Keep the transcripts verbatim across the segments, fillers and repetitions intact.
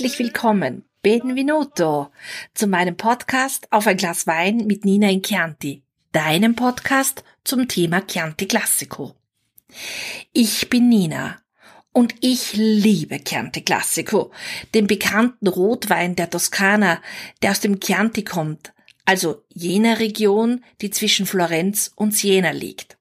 Herzlich willkommen, benvenuto, zu meinem Podcast Auf ein Glas Wein mit Nina in Chianti, deinem Podcast zum Thema Chianti Classico. Ich bin Nina und ich liebe Chianti Classico, den bekannten Rotwein der Toskana, der aus dem Chianti kommt, also jener Region, die zwischen Florenz und Siena liegt.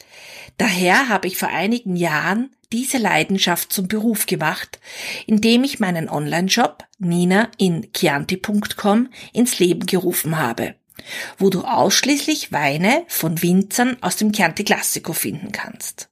Daher habe ich vor einigen Jahren diese Leidenschaft zum Beruf gemacht, indem ich meinen Online-Shop nina in chianti punkt com ins Leben gerufen habe, wo du ausschließlich Weine von Winzern aus dem Chianti Classico finden kannst.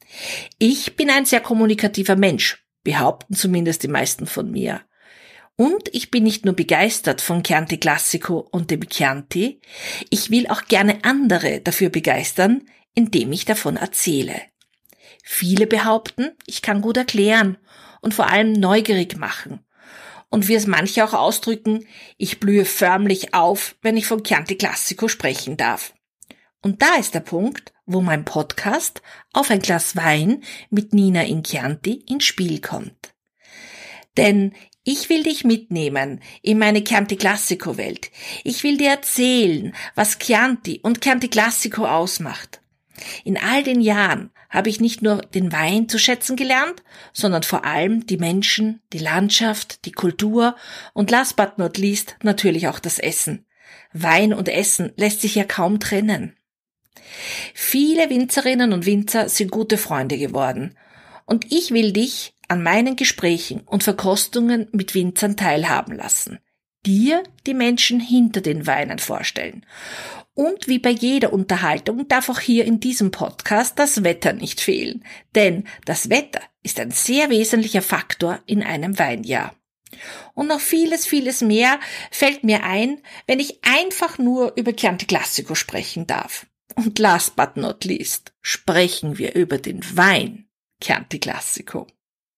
Ich bin ein sehr kommunikativer Mensch, behaupten zumindest die meisten von mir. Und ich bin nicht nur begeistert von Chianti Classico und dem Chianti, ich will auch gerne andere dafür begeistern, indem ich davon erzähle. Viele behaupten, ich kann gut erklären und vor allem neugierig machen. Und wie es manche auch ausdrücken, ich blühe förmlich auf, wenn ich von Chianti Classico sprechen darf. Und da ist der Punkt, wo mein Podcast Auf ein Glas Wein mit Nina in Chianti ins Spiel kommt. Denn ich will dich mitnehmen in meine Chianti Classico Welt. Ich will dir erzählen, was Chianti und Chianti Classico ausmacht. In all den Jahren habe ich nicht nur den Wein zu schätzen gelernt, sondern vor allem die Menschen, die Landschaft, die Kultur und last but not least natürlich auch das Essen. Wein und Essen lässt sich ja kaum trennen. Viele Winzerinnen und Winzer sind gute Freunde geworden und ich will dich an meinen Gesprächen und Verkostungen mit Winzern teilhaben lassen, dir die Menschen hinter den Weinen vorstellen. Und wie bei jeder Unterhaltung darf auch hier in diesem Podcast das Wetter nicht fehlen, denn das Wetter ist ein sehr wesentlicher Faktor in einem Weinjahr. Und noch vieles, vieles mehr fällt mir ein, wenn ich einfach nur über Chianti Classico sprechen darf. Und last but not least sprechen wir über den Wein Chianti Classico.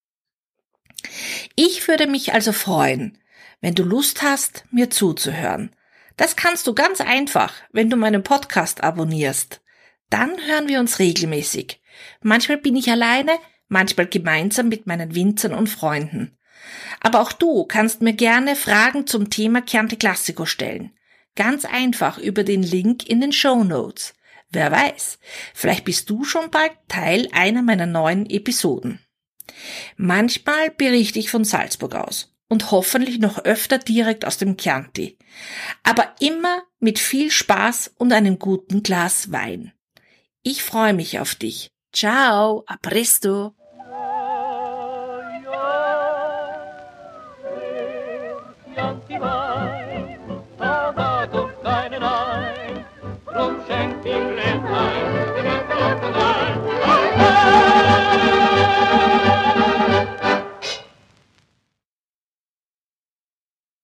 Ich würde mich also freuen, wenn du Lust hast, mir zuzuhören. Das kannst du ganz einfach, wenn du meinen Podcast abonnierst. Dann hören wir uns regelmäßig. Manchmal bin ich alleine, manchmal gemeinsam mit meinen Winzern und Freunden. Aber auch du kannst mir gerne Fragen zum Thema Chianti Classico stellen. Ganz einfach über den Link in den Shownotes. Wer weiß, vielleicht bist du schon bald Teil einer meiner neuen Episoden. Manchmal berichte ich von Salzburg aus. Und hoffentlich noch öfter direkt aus dem Chianti. Aber immer mit viel Spaß und einem guten Glas Wein. Ich freue mich auf dich. Ciao, a presto.